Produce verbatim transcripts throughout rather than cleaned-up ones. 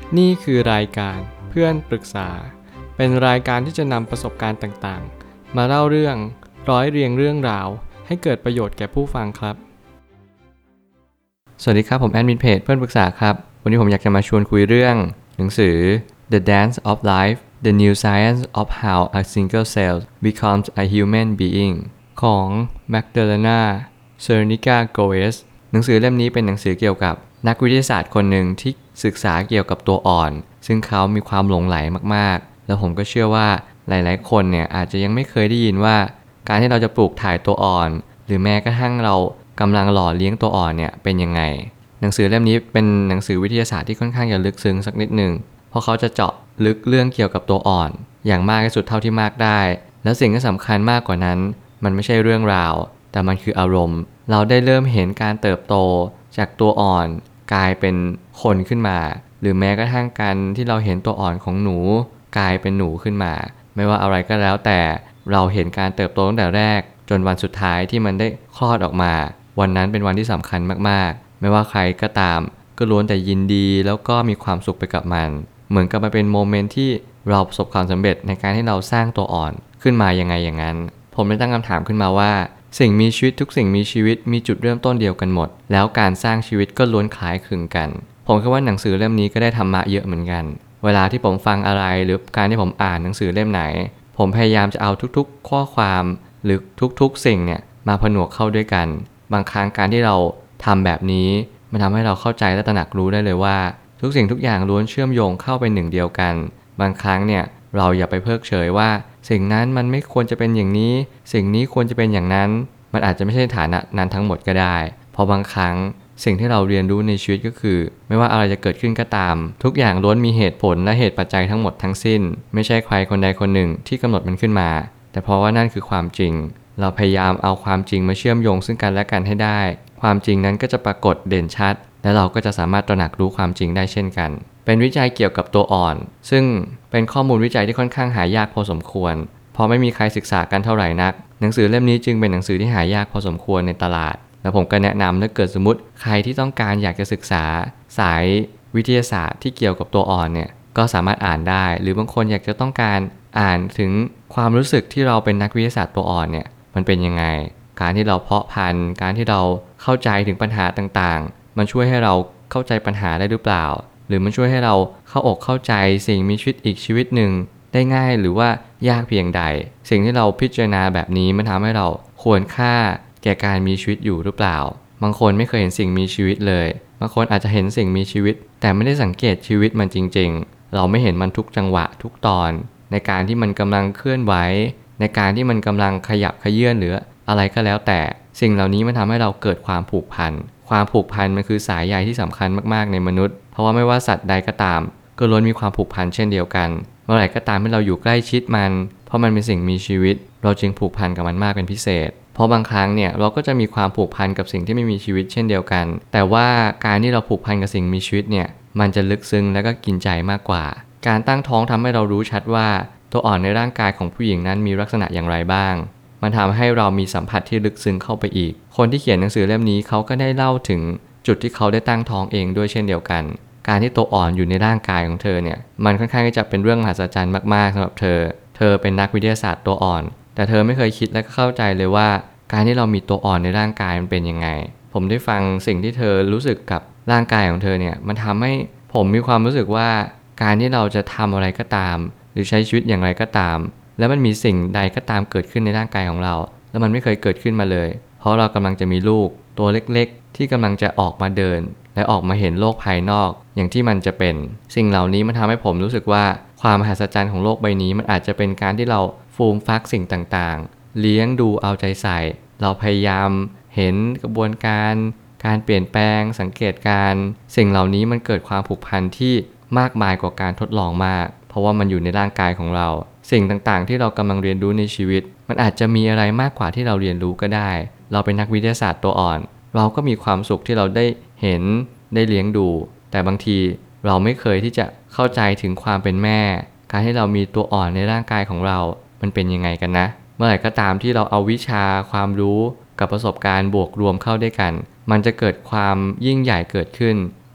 นี่คือรายการเพื่อนปรึกษาเป็นรายการที่จะนำประสบการณ์ต่างๆมาเล่าเรื่องร้อยเรียงเรื่องราวให้เกิดประโยชน์แก่ผู้ฟังครับสวัสดีครับผมแอดมินเพจเพื่อนปรึกษาครับวันนี้ผมอยากจะมาชวนคุยเรื่องหนังสือ The Dance of Life: The New Science of How a Single Cell Becomes a Human Being ของ Magdalena Zernicka Goes หนังสือเล่มนี้เป็นหนังสือเกี่ยวกับนักวิทยาศาสตร์คนหนึ่งที่ศึกษาเกี่ยวกับตัวอ่อนซึ่งเขามีความหลงใหลมากๆแล้วผมก็เชื่อว่าหลายๆคนเนี่ยอาจจะยังไม่เคยได้ยินว่าการที่เราจะปลูกถ่ายตัวอ่อนหรือแม้กระทั่งเรากำลังหล่อเลี้ยงตัวอ่อนเนี่ยเป็นยังไงหนังสือเล่มนี้เป็นหนังสือวิทยาศาสตร์ที่ค่อนข้างจะลึกซึ้งสักนิดหนึ่งเพราะเขาจะเจาะลึกเรื่องเกี่ยวกับตัวอ่อนอย่างมากที่สุดเท่าที่มากได้และสิ่งที่สำคัญมากกว่านั้นมันไม่ใช่เรื่องราวแต่มันคืออารมณ์เราได้เริ่มเห็นการเติบโตจากตัวอ่อนกลายเป็นคนขึ้นมาหรือแม้กระทั่งการที่เราเห็นตัวอ่อนของหนูกลายเป็นหนูขึ้นมาไม่ว่าอะไรก็แล้วแต่เราเห็นการเติบโตตั้งแต่แรกจนวันสุดท้ายที่มันได้คลอดออกมาวันนั้นเป็นวันที่สำคัญมากๆไม่ว่าใครก็ตามก็ล้วนแต่ยินดีแล้วก็มีความสุขไปกับมันเหมือนกับมันเป็นโมเมนต์ที่เราประสบความสำเร็จในการที่เราสร้างตัวอ่อนขึ้นมายังไงอย่างนั้นผมได้ตั้งคำถามขึ้นมาว่าสิ่งมีชีวิตทุกสิ่งมีชีวิตมีจุดเริ่มต้นเดียวกันหมดแล้วการสร้างชีวิตก็ล้วนคล้ายคลึงกันผมคิดว่าหนังสือเล่มนี้ก็ได้ธรรมะเยอะเหมือนกันเวลาที่ผมฟังอะไรหรือการที่ผมอ่านหนังสือเล่มไหนผมพยายามจะเอาทุกๆข้อความหรือทุกๆสิ่งเนี่ยมาผนวกเข้าด้วยกันบางครั้งการที่เราทำแบบนี้มันทำให้เราเข้าใจและตระหนักรู้ได้เลยว่าทุกสิ่งทุกอย่างล้วนเชื่อมโยงเข้าเป็นหนึ่งเดียวกันบางครั้งเนี่ยเราอย่าไปเพิกเฉยว่าสิ่งนั้นมันไม่ควรจะเป็นอย่างนี้สิ่งนี้ควรจะเป็นอย่างนั้นมันอาจจะไม่ใช่ฐานะนั้นทั้งหมดก็ได้เพราะบางครั้งสิ่งที่เราเรียนรู้ในชีวิตก็คือไม่ว่าอะไรจะเกิดขึ้นก็ตามทุกอย่างล้วนมีเหตุผลและเหตุปัจจัยทั้งหมดทั้งสิ้นไม่ใช่ใครคนใดคนหนึ่งที่กำหนดมันขึ้นมาแต่เพราะว่านั่นคือความจริงเราพยายามเอาความจริงมาเชื่อมโยงซึ่งกันและกันให้ได้ความจริงนั้นก็จะปรากฏเด่นชัดและเราก็จะสามารถตระหนักรู้ความจริงได้เช่นกันเป็นวิจัยเกี่ยวกับตัวอ่อนซึ่งเป็นข้อมูลวิจัยที่ค่อนข้างหายากพอสมควรเพราะไม่มีใครศึกษากันเท่าไหร่นักหนังสือเล่มนี้จึงเป็นหนังสือที่หายากพอสมควรในตลาดแล้วผมก็แนะนำถ้าเกิดสมมติใครที่ต้องการอยากจะศึกษาสายวิทยาศาสตร์ที่เกี่ยวกับตัวอ่อนเนี่ยก็สามารถอ่านได้หรือบางคนอยากจะต้องการอ่านถึงความรู้สึกที่เราเป็นนักวิทยาศาสตร์ตัวอ่อนเนี่ยมันเป็นยังไงการที่เราเพาะพันธุ์การที่เราเข้าใจถึงปัญหาต่างๆมันช่วยให้เราเข้าใจปัญหาได้หรือเปล่าหรือมันช่วยให้เราเข้าอกเข้าใจสิ่งมีชีวิตอีกชีวิตหนึ่งได้ง่ายหรือว่ายากเพียงใดสิ่งที่เราพิจารณาแบบนี้มันทำให้เราควรค่าแก่การมีชีวิตอยู่หรือเปล่าบางคนไม่เคยเห็นสิ่งมีชีวิตเลยบางคนอาจจะเห็นสิ่งมีชีวิตแต่ไม่ได้สังเกตชีวิตมันจริงๆเราไม่เห็นมันทุกจังหวะทุกตอนในการที่มันกำลังเคลื่อนไหวในการที่มันกำลังขยับเขยื้อนหรืออะไรก็แล้วแต่สิ่งเหล่านี้มันทำให้เราเกิดความผูกพันความผูกพันมันคือสายใยที่สำคัญมากๆในมนุษย์เพราะว่าไม่ว่าสัตว์ใดก็ตามก็ล้วนมีความผูกพันเช่นเดียวกันเมื่อไหร่ก็ตามที่เราอยู่ใกล้ชิดมันเพราะมันเป็นสิ่งมีชีวิตเราจึงผูกพันกับมันมากเป็นพิเศษเพราะบางครั้งเนี่ยเราก็จะมีความผูกพันกับสิ่งที่ไม่มีชีวิตเช่นเดียวกันแต่ว่าการที่เราผูกพันกับสิ่งมีชีวิตเนี่ยมันจะลึกซึ้งและก็กินใจมากกว่าการตั้งท้องทำให้เรารู้ชัดว่าตัวอ่อนในร่างกายของผู้หญิงนั้นมีลักษณะอย่างไรบ้างมันทำให้เรามีสัมผัสที่ลึกซึ้งเข้าไปอีกคนที่เขียนหนังสือเล่มนี้เขาก็ได้เล่าถึงจุดที่เขาได้ตั้งท้องเองด้วยเช่นเดียวกันการที่ตัวอ่อนอยู่ในร่างกายของเธอเนี่ยมันค่อนข้างจะเป็นเรื่องมหัศจรรย์มากๆสำหรับเธอเธอเป็นนักวิทยาศาสตร์ตัวอ่อนแต่เธอไม่เคยคิดและเข้าใจเลยว่าการที่เรามีตัวอ่อนในร่างกายมันเป็นยังไงผมได้ฟังสิ่งที่เธอรู้สึกกับร่างกายของเธอเนี่ยมันทำให้ผมมีความรู้สึกว่าการที่เราจะทำอะไรก็ตามหรือใช้ชีวิตอย่างไรก็ตามแล้วมันมีสิ่งใดก็ตามเกิดขึ้นในร่างกายของเราแล้วมันไม่เคยเกิดขึ้นมาเลยเพราะเรากำลังจะมีลูกตัวเล็กๆที่กำลังจะออกมาเดินและออกมาเห็นโลกภายนอกอย่างที่มันจะเป็นสิ่งเหล่านี้มันทำให้ผมรู้สึกว่าความมหัศจรรย์ของโลกใบนี้มันอาจจะเป็นการที่เราฟูมฟักสิ่งต่างๆเลี้ยงดูเอาใจใส่เราพยายามเห็นกระบวนการการเปลี่ยนแปลงสังเกตการสิ่งเหล่านี้มันเกิดความผูกพันที่มากมายกว่าการทดลองมากเพราะว่ามันอยู่ในร่างกายของเราสิ่งต่างๆที่เรากำลังเรียนรู้ในชีวิตมันอาจจะมีอะไรมากกว่าที่เราเรียนรู้ก็ได้เราเป็นนักวิทยาศาสตร์ตัวอ่อนเราก็มีความสุขที่เราได้เห็นได้เลี้ยงดูแต่บางทีเราไม่เคยที่จะเข้าใจถึงความเป็นแม่การที่เรามีตัวอ่อนในร่างกายของเรามันเป็นยังไงกันนะเมื่อไหร่ก็ตามที่เราเอาวิชาความรู้กับประสบการณ์บวกรวมเข้าด้วยกันมันจะเกิดความยิ่งใหญ่เกิดขึ้น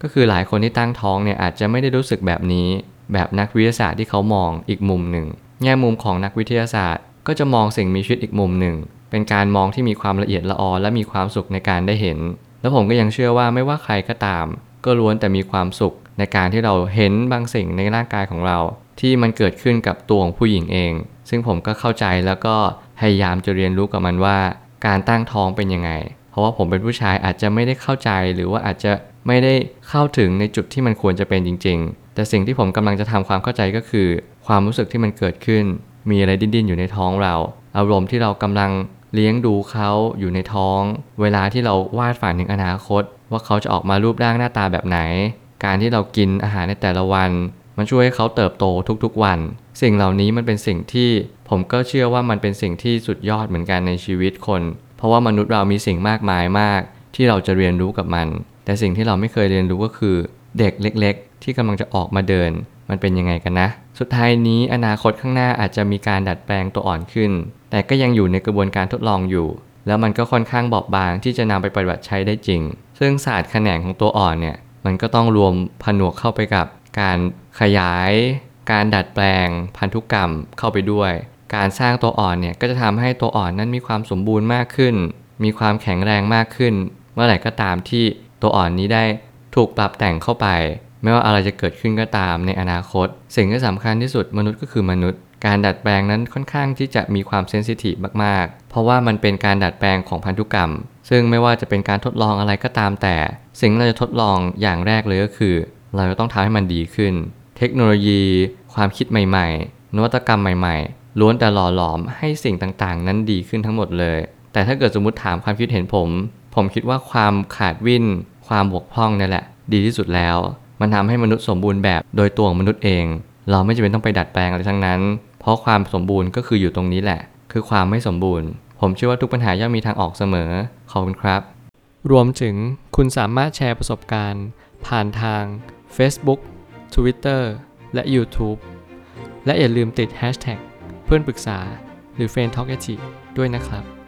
ก็คือหลายคนที่ตั้งท้องเนี่ยอาจจะไม่ได้รู้สึกแบบนี้แบบนักวิทยาศาสตร์ที่เขามองอีกมุมหนึ่งแง่มุมของนักวิทยาศาสตร์ก็จะมองสิ่งมีชีวิตอีกมุมหนึ่งเป็นการมองที่มีความละเอียดละออและมีความสุขในการได้เห็นแล้วผมก็ยังเชื่อว่าไม่ว่าใครก็ตามก็ล้วนแต่มีความสุขในการที่เราเห็นบางสิ่งในร่างกายของเราที่มันเกิดขึ้นกับตัวของผู้หญิงเองซึ่งผมก็เข้าใจแล้วก็พยายามจะเรียนรู้กับมันว่าการตั้งท้องเป็นยังไงเพราะว่าผมเป็นผู้ชายอาจจะไม่ได้เข้าใจหรือว่าอาจจะไม่ได้เข้าถึงในจุดที่มันควรจะเป็นจริงๆแต่สิ่งที่ผมกำลังจะทำความเข้าใจก็คือความรู้สึกที่มันเกิดขึ้นมีอะไรดิ้นๆอยู่ในท้องเราอารมณ์ที่เรากำลังเลี้ยงดูเขาอยู่ในท้องเวลาที่เราวาดฝันถึงอนาคตว่าเขาจะออกมารูปร่างหน้าตาแบบไหนการที่เรากินอาหารในแต่ละวันมันช่วยให้เขาเติบโตทุกๆวันสิ่งเหล่านี้มันเป็นสิ่งที่ผมก็เชื่อว่ามันเป็นสิ่งที่สุดยอดเหมือนกันในชีวิตคนเพราะว่ามนุษย์เรามีสิ่งมากมายมากที่เราจะเรียนรู้กับมันแต่สิ่งที่เราไม่เคยเรียนรู้ก็คือเด็กเล็กๆที่กำลังจะออกมาเดินมันเป็นยังไงกันนะสุดท้ายนี้อนาคตข้างหน้าอาจจะมีการดัดแปลงตัวอ่อนขึ้นแต่ก็ยังอยู่ในกระบวนการทดลองอยู่แล้วมันก็ค่อนข้างบอบบางที่จะนำไปปฏิบัติใช้ได้จริงซึ่งศาสตร์แขนงของตัวอ่อนเนี่ยมันก็ต้องรวมผนวกเข้าไปกับการขยายการดัดแปลงพันธุกรรมเข้าไปด้วยการสร้างตัวอ่อนเนี่ยก็จะทำให้ตัวอ่อนนั้นมีความสมบูรณ์มากขึ้นมีความแข็งแรงมากขึ้นเมื่อไหร่ก็ตามที่ตัวอ่อนนี้ได้ถูกปรับแต่งเข้าไปไม่ว่าอะไรจะเกิดขึ้นก็ตามในอนาคตสิ่งที่สำคัญที่สุดมนุษย์ก็คือมนุษย์การดัดแปลงนั้นค่อนข้างที่จะมีความเซนซิทีฟมากๆเพราะว่ามันเป็นการดัดแปลงของพันธุกรรมซึ่งไม่ว่าจะเป็นการทดลองอะไรก็ตามแต่สิ่งที่เราจะทดลองอย่างแรกเลยก็คือเราจะต้องทำให้มันดีขึ้นเทคโนโลยีความคิดใหม่ๆนวัตกรรมใหม่ๆล้วนแต่หล่อหลอมให้สิ่งต่างๆนั้นดีขึ้นทั้งหมดเลยแต่ถ้าเกิดสมมุติถามความคิดเห็นผมผมคิดว่าความขาดวิ่นความบกพร่องนี่แหละดีที่สุดแล้วมันทำให้มนุษย์สมบูรณ์แบบโดยตัวของมนุษย์เองเราไม่จำเป็นต้องไปดัดแปลงอะไรทั้งนั้นเพราะความสมบูรณ์ก็คืออยู่ตรงนี้แหละคือความไม่สมบูรณ์ผมเชื่อว่าทุกปัญหาย่อมมีทางออกเสมอขอบคุณครับรวมถึงคุณสามารถแชร์ประสบการณ์ผ่านทาง Facebook Twitter และ YouTube และอย่าลืมติด แฮชแท็ก เพื่อนปรึกษาหรือ เฟรนด์ ทอล์ก ด้วยนะครับ